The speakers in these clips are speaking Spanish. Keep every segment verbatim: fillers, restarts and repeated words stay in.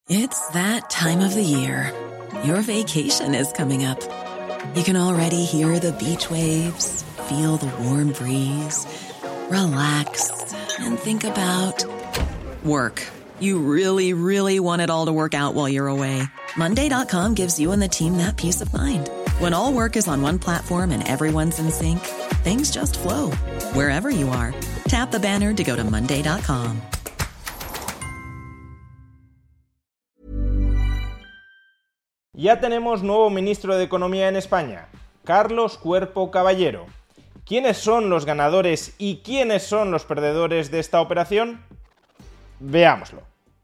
It's that time of the year. Your vacation is coming up. You can already hear the beach waves, feel the warm breeze, relax, and think about work. You really, really want it all to work out while you're away. Monday dot com gives you and the team that peace of mind. When all work is on one platform and everyone's in sync, things just flow. Wherever you are, tap the banner to go to Monday dot com. Ya tenemos nuevo ministro de Economía en España, Carlos Cuerpo Caballero. ¿Quiénes son los ganadores y quiénes son los perdedores de esta operación? Veámoslo.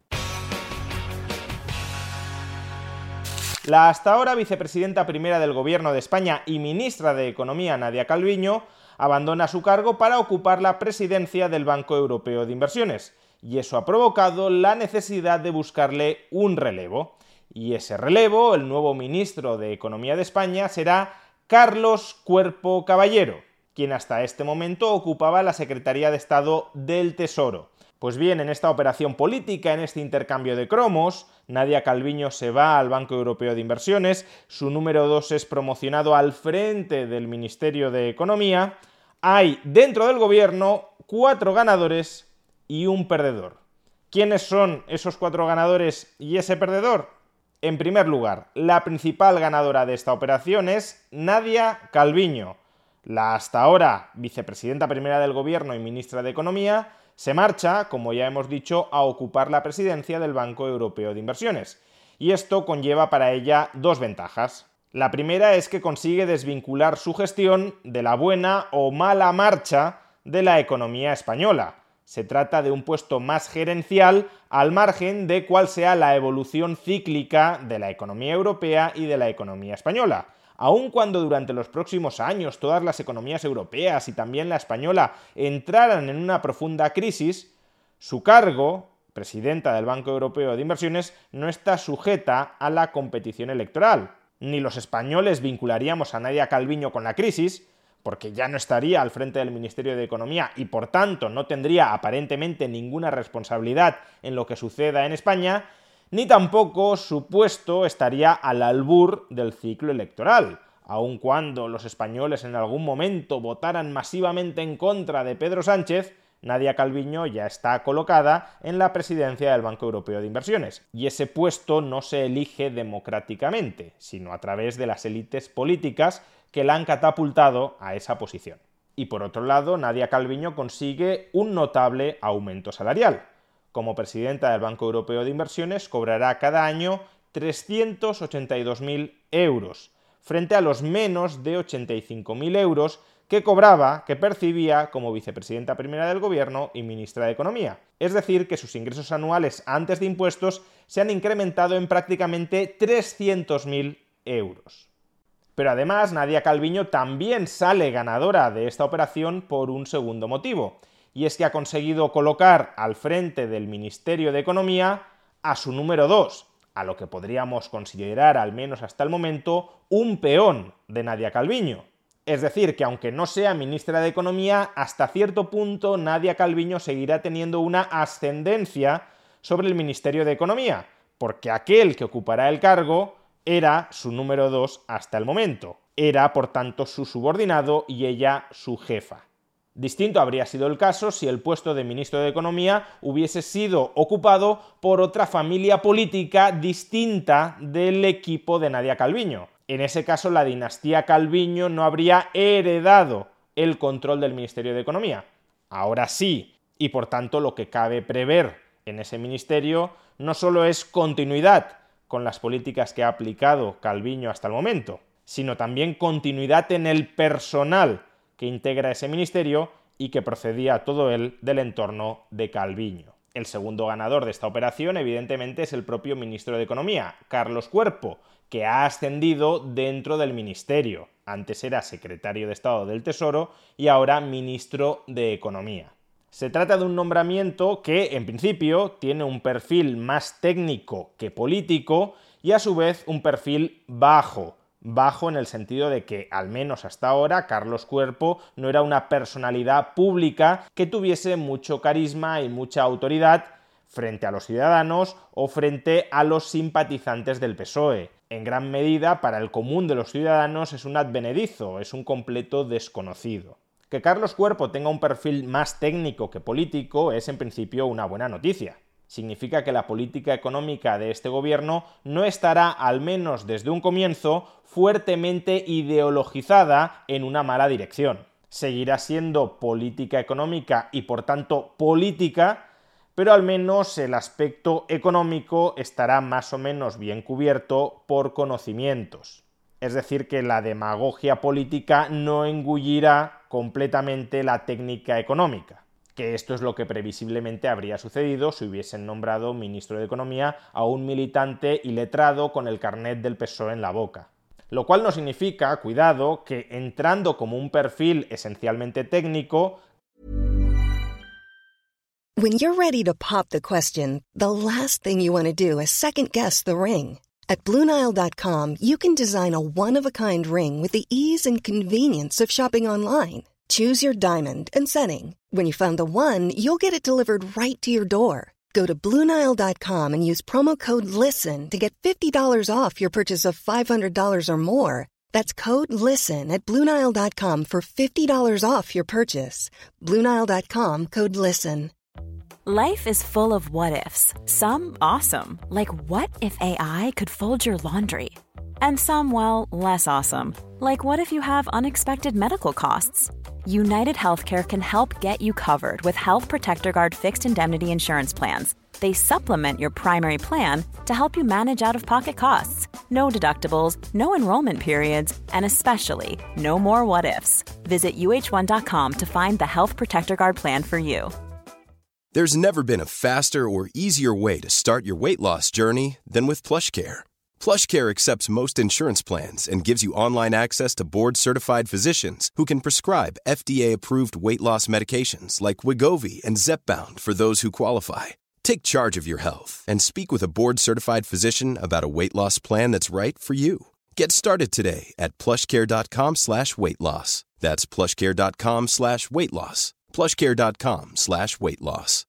La hasta ahora vicepresidenta primera del Gobierno de España y ministra de Economía, Nadia Calviño, abandona su cargo para ocupar la presidencia del Banco Europeo de Inversiones, y eso ha provocado la necesidad de buscarle un relevo. Y ese relevo, el nuevo ministro de Economía de España, será Carlos Cuerpo Caballero, quien hasta este momento ocupaba la Secretaría de Estado del Tesoro. Pues bien, en esta operación política, en este intercambio de cromos, Nadia Calviño se va al Banco Europeo de Inversiones, su número dos es promocionado al frente del Ministerio de Economía. Hay dentro del gobierno cuatro ganadores y un perdedor. ¿Quiénes son esos cuatro ganadores y ese perdedor? En primer lugar, la principal ganadora de esta operación es Nadia Calviño. La hasta ahora vicepresidenta primera del Gobierno y ministra de Economía se marcha, como ya hemos dicho, a ocupar la presidencia del Banco Europeo de Inversiones. Y esto conlleva para ella dos ventajas. La primera es que consigue desvincular su gestión de la buena o mala marcha de la economía española. Se trata de un puesto más gerencial al margen de cuál sea la evolución cíclica de la economía europea y de la economía española. Aun cuando durante los próximos años todas las economías europeas y también la española entraran en una profunda crisis, su cargo, presidenta del Banco Europeo de Inversiones, no está sujeta a la competición electoral. Ni los españoles vincularíamos a Nadia Calviño con la crisis, porque ya no estaría al frente del Ministerio de Economía y por tanto no tendría aparentemente ninguna responsabilidad en lo que suceda en España, ni tampoco su puesto estaría al albur del ciclo electoral, aun cuando los españoles en algún momento votaran masivamente en contra de Pedro Sánchez. Nadia Calviño ya está colocada en la presidencia del Banco Europeo de Inversiones, y ese puesto no se elige democráticamente, sino a través de las élites políticas que la han catapultado a esa posición. Y por otro lado, Nadia Calviño consigue un notable aumento salarial. Como presidenta del Banco Europeo de Inversiones cobrará cada año trescientos ochenta y dos mil euros, frente a los menos de ochenta y cinco mil euros que cobraba, que percibía como vicepresidenta primera del Gobierno y ministra de Economía. Es decir, que sus ingresos anuales antes de impuestos se han incrementado en prácticamente trescientos mil euros. Pero además, Nadia Calviño también sale ganadora de esta operación por un segundo motivo, y es que ha conseguido colocar al frente del Ministerio de Economía a su número dos, a lo que podríamos considerar, al menos hasta el momento, un peón de Nadia Calviño. Es decir, que aunque no sea ministra de Economía, hasta cierto punto Nadia Calviño seguirá teniendo una ascendencia sobre el Ministerio de Economía, porque aquel que ocupará el cargo era su número dos hasta el momento. Era, por tanto, su subordinado y ella su jefa. Distinto habría sido el caso si el puesto de ministro de Economía hubiese sido ocupado por otra familia política distinta del equipo de Nadia Calviño. En ese caso, la dinastía Calviño no habría heredado el control del Ministerio de Economía. Ahora sí, y por tanto lo que cabe prever en ese ministerio no solo es continuidad con las políticas que ha aplicado Calviño hasta el momento, sino también continuidad en el personal que integra ese ministerio y que procedía todo él del entorno de Calviño. El segundo ganador de esta operación, evidentemente, es el propio ministro de Economía, Carlos Cuerpo, que ha ascendido dentro del ministerio. Antes era secretario de Estado del Tesoro y ahora ministro de Economía. Se trata de un nombramiento que, en principio, tiene un perfil más técnico que político y, a su vez, un perfil bajo. Bajo en el sentido de que, al menos hasta ahora, Carlos Cuerpo no era una personalidad pública que tuviese mucho carisma y mucha autoridad frente a los ciudadanos o frente a los simpatizantes del P S O E. En gran medida, para el común de los ciudadanos es un advenedizo, es un completo desconocido. Que Carlos Cuerpo tenga un perfil más técnico que político es en principio una buena noticia. Significa que la política económica de este gobierno no estará, al menos desde un comienzo, fuertemente ideologizada en una mala dirección. Seguirá siendo política económica y por tanto política, pero al menos el aspecto económico estará más o menos bien cubierto por conocimientos. Es decir, que la demagogia política no engullirá completamente la técnica económica, que esto es lo que previsiblemente habría sucedido si hubiesen nombrado ministro de Economía a un militante iletrado con el carnet del P S O E en la boca. Lo cual no significa, cuidado, que entrando como un perfil esencialmente técnico. When you're ready to pop the question, the last thing you want to do is second-guess the ring. At Blue Nile dot com, you can design a one-of-a-kind ring with the ease and convenience of shopping online. Choose your diamond and setting. When you find the one, you'll get it delivered right to your door. Go to Blue Nile dot com and use promo code LISTEN to get fifty dollars off your purchase of five hundred dollars or more. That's code LISTEN at Blue Nile dot com for fifty dollars off your purchase. Blue Nile dot com, code LISTEN. Life is full of what-ifs. Some awesome, like what if A I could fold your laundry? And some, well, less awesome, like what if you have unexpected medical costs? United Healthcare can help get you covered with Health Protector Guard fixed indemnity insurance plans. They supplement your primary plan to help you manage out-of-pocket costs. No deductibles, no enrollment periods, and especially no more what-ifs. Visit U H one dot com to find the Health Protector Guard plan for you. There's never been a faster or easier way to start your weight loss journey than with PlushCare. PlushCare accepts most insurance plans and gives you online access to board-certified physicians who can prescribe F D A-approved weight loss medications like Wegovy and Zepbound for those who qualify. Take charge of your health and speak with a board-certified physician about a weight loss plan that's right for you. Get started today at plushcare.com slash weight loss. That's plushcare.com slash weight loss. plushcare.com slash weight loss.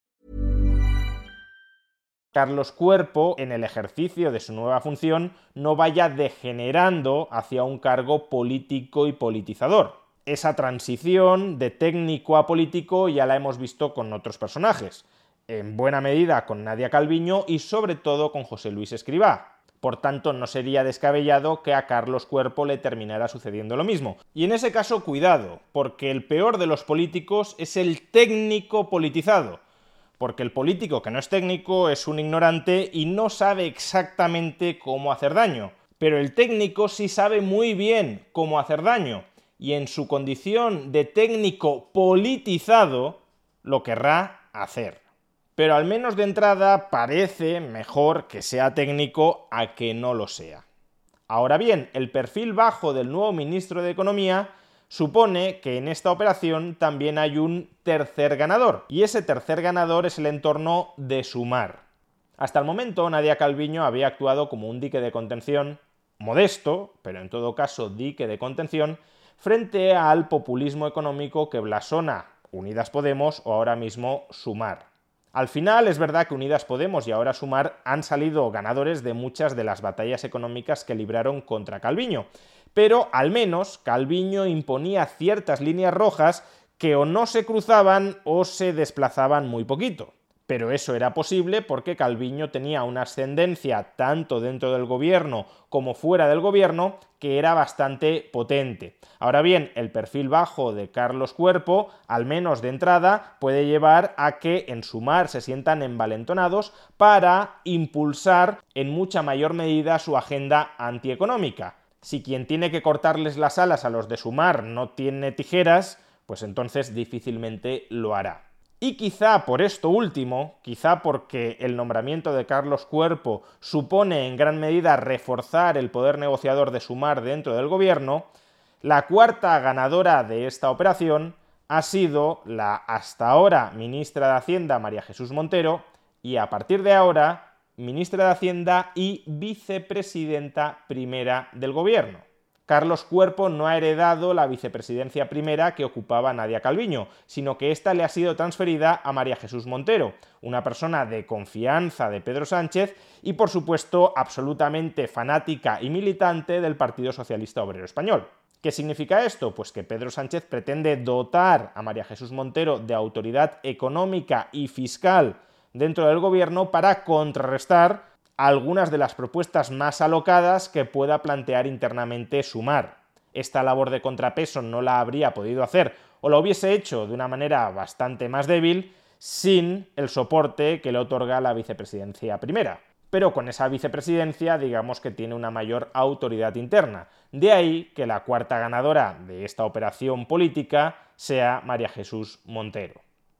Carlos Cuerpo, en el ejercicio de su nueva función, no vaya degenerando hacia un cargo político y politizador. Esa transición de técnico a político ya la hemos visto con otros personajes, en buena medida con Nadia Calviño y sobre todo con José Luis Escrivá. Por tanto, no sería descabellado que a Carlos Cuerpo le terminara sucediendo lo mismo. Y en ese caso, cuidado, porque el peor de los políticos es el técnico politizado. Porque el político que no es técnico es un ignorante y no sabe exactamente cómo hacer daño. Pero el técnico sí sabe muy bien cómo hacer daño. Y en su condición de técnico politizado, lo querrá hacer. Pero al menos de entrada parece mejor que sea técnico a que no lo sea. Ahora bien, el perfil bajo del nuevo ministro de Economía supone que en esta operación también hay un tercer ganador, y ese tercer ganador es el entorno de Sumar. Hasta el momento, Nadia Calviño había actuado como un dique de contención, modesto, pero en todo caso dique de contención, frente al populismo económico que blasona Unidas Podemos o ahora mismo Sumar. Al final es verdad que Unidas Podemos y ahora Sumar han salido ganadores de muchas de las batallas económicas que libraron contra Calviño, pero al menos Calviño imponía ciertas líneas rojas que o no se cruzaban o se desplazaban muy poquito. Pero eso era posible porque Calviño tenía una ascendencia tanto dentro del gobierno como fuera del gobierno que era bastante potente. Ahora bien, el perfil bajo de Carlos Cuerpo, al menos de entrada, puede llevar a que en Sumar se sientan envalentonados para impulsar en mucha mayor medida su agenda antieconómica. Si quien tiene que cortarles las alas a los de Sumar no tiene tijeras, pues entonces difícilmente lo hará. Y quizá por esto último, quizá porque el nombramiento de Carlos Cuerpo supone en gran medida reforzar el poder negociador de Sumar dentro del gobierno, la cuarta ganadora de esta operación ha sido la hasta ahora ministra de Hacienda María Jesús Montero y a partir de ahora ministra de Hacienda y vicepresidenta primera del gobierno. Carlos Cuerpo no ha heredado la vicepresidencia primera que ocupaba Nadia Calviño, sino que ésta le ha sido transferida a María Jesús Montero, una persona de confianza de Pedro Sánchez y, por supuesto, absolutamente fanática y militante del Partido Socialista Obrero Español. ¿Qué significa esto? Pues que Pedro Sánchez pretende dotar a María Jesús Montero de autoridad económica y fiscal dentro del gobierno para contrarrestar algunas de las propuestas más alocadas que pueda plantear internamente Sumar. Esta labor de contrapeso no la habría podido hacer, o la hubiese hecho de una manera bastante más débil, sin el soporte que le otorga la vicepresidencia primera. Pero con esa vicepresidencia, digamos que tiene una mayor autoridad interna. De ahí que la cuarta ganadora de esta operación política sea María Jesús Montero.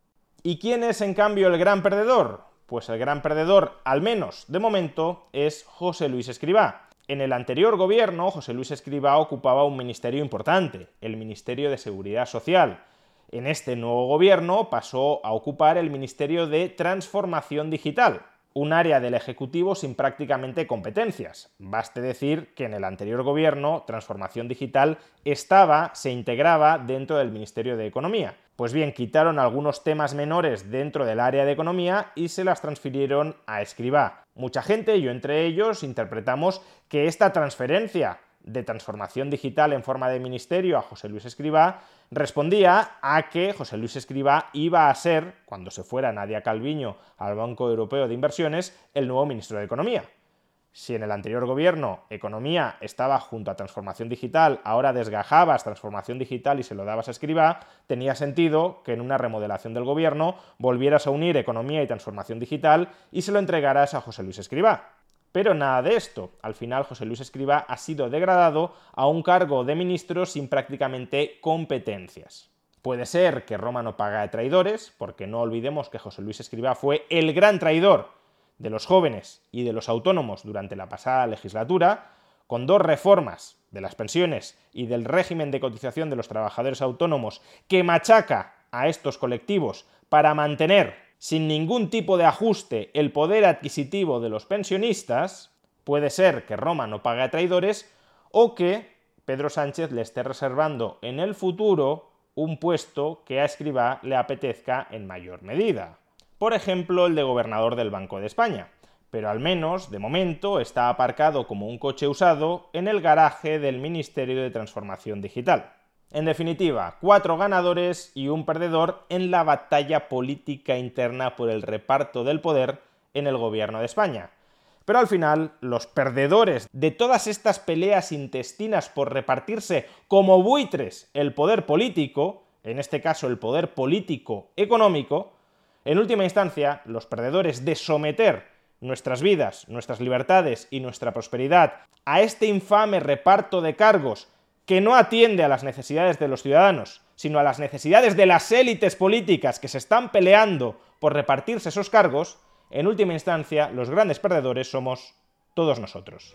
¿Y quién es, en cambio, el gran perdedor? Pues el gran perdedor, al menos de momento, es José Luis Escrivá. En el anterior gobierno, José Luis Escrivá ocupaba un ministerio importante, el Ministerio de Seguridad Social. En este nuevo gobierno pasó a ocupar el Ministerio de Transformación Digital, un área del Ejecutivo sin prácticamente competencias. Baste decir que en el anterior gobierno, Transformación Digital estaba, se integraba dentro del Ministerio de Economía. Pues bien, quitaron algunos temas menores dentro del área de Economía y se las transfirieron a Escrivá. Mucha gente, yo entre ellos, interpretamos que esta transferencia de transformación digital en forma de ministerio a José Luis Escrivá respondía a que José Luis Escrivá iba a ser, cuando se fuera Nadia Calviño al Banco Europeo de Inversiones, el nuevo ministro de Economía. Si en el anterior gobierno Economía estaba junto a Transformación Digital, ahora desgajabas Transformación Digital y se lo dabas a Escrivá, tenía sentido que en una remodelación del gobierno volvieras a unir Economía y Transformación Digital y se lo entregaras a José Luis Escrivá. Pero nada de esto. Al final, José Luis Escrivá ha sido degradado a un cargo de ministro sin prácticamente competencias. Puede ser que Roma no paga de traidores, porque no olvidemos que José Luis Escrivá fue el gran traidor de los jóvenes y de los autónomos durante la pasada legislatura, con dos reformas de las pensiones y del régimen de cotización de los trabajadores autónomos que machaca a estos colectivos para mantener sin ningún tipo de ajuste el poder adquisitivo de los pensionistas. Puede ser que Roma no pague a traidores o que Pedro Sánchez le esté reservando en el futuro un puesto que a Escrivá le apetezca en mayor medida. Por ejemplo, el de gobernador del Banco de España, pero al menos, de momento, está aparcado como un coche usado en el garaje del Ministerio de Transformación Digital. En definitiva, cuatro ganadores y un perdedor en la batalla política interna por el reparto del poder en el gobierno de España. Pero al final, los perdedores de todas estas peleas intestinas por repartirse como buitres el poder político, en este caso el poder político económico, en última instancia, los perdedores de someter nuestras vidas, nuestras libertades y nuestra prosperidad a este infame reparto de cargos que no atiende a las necesidades de los ciudadanos, sino a las necesidades de las élites políticas que se están peleando por repartirse esos cargos, en última instancia, los grandes perdedores somos todos nosotros.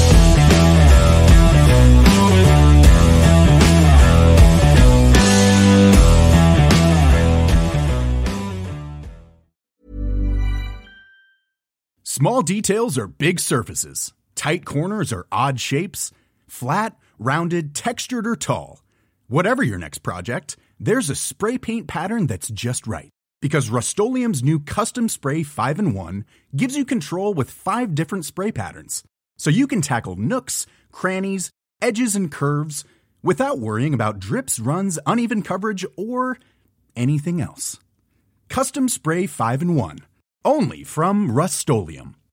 Small details are big surfaces. Tight corners are odd shapes. Flat, rounded, textured, or tall. Whatever your next project, there's a spray paint pattern that's just right. Because Rust-Oleum's new Custom Spray five in one gives you control with five different spray patterns. So you can tackle nooks, crannies, edges, and curves without worrying about drips, runs, uneven coverage, or anything else. Custom Spray five in one. Only from Rust-Oleum.